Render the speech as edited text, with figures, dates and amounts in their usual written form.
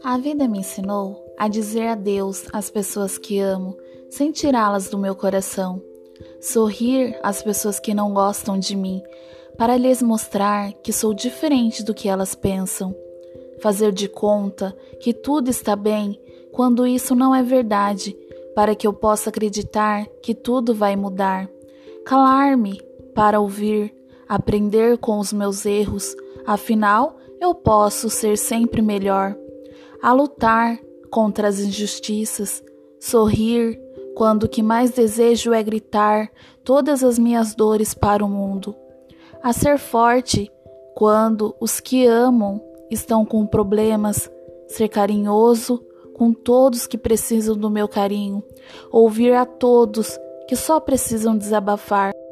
A vida me ensinou a dizer adeus às pessoas que amo, sem tirá-las do meu coração. Sorrir às pessoas que não gostam de mim, para lhes mostrar que sou diferente do que elas pensam. Fazer de conta que tudo está bem, quando isso não é verdade, para que eu possa acreditar que tudo vai mudar. Calar-me para ouvir, aprender com os meus erros, afinal eu posso ser sempre melhor. A lutar contra as injustiças, sorrir quando o que mais desejo é gritar todas as minhas dores para o mundo. A ser forte quando os que amam estão com problemas, ser carinhoso com todos que precisam do meu carinho, ouvir a todos que só precisam desabafar.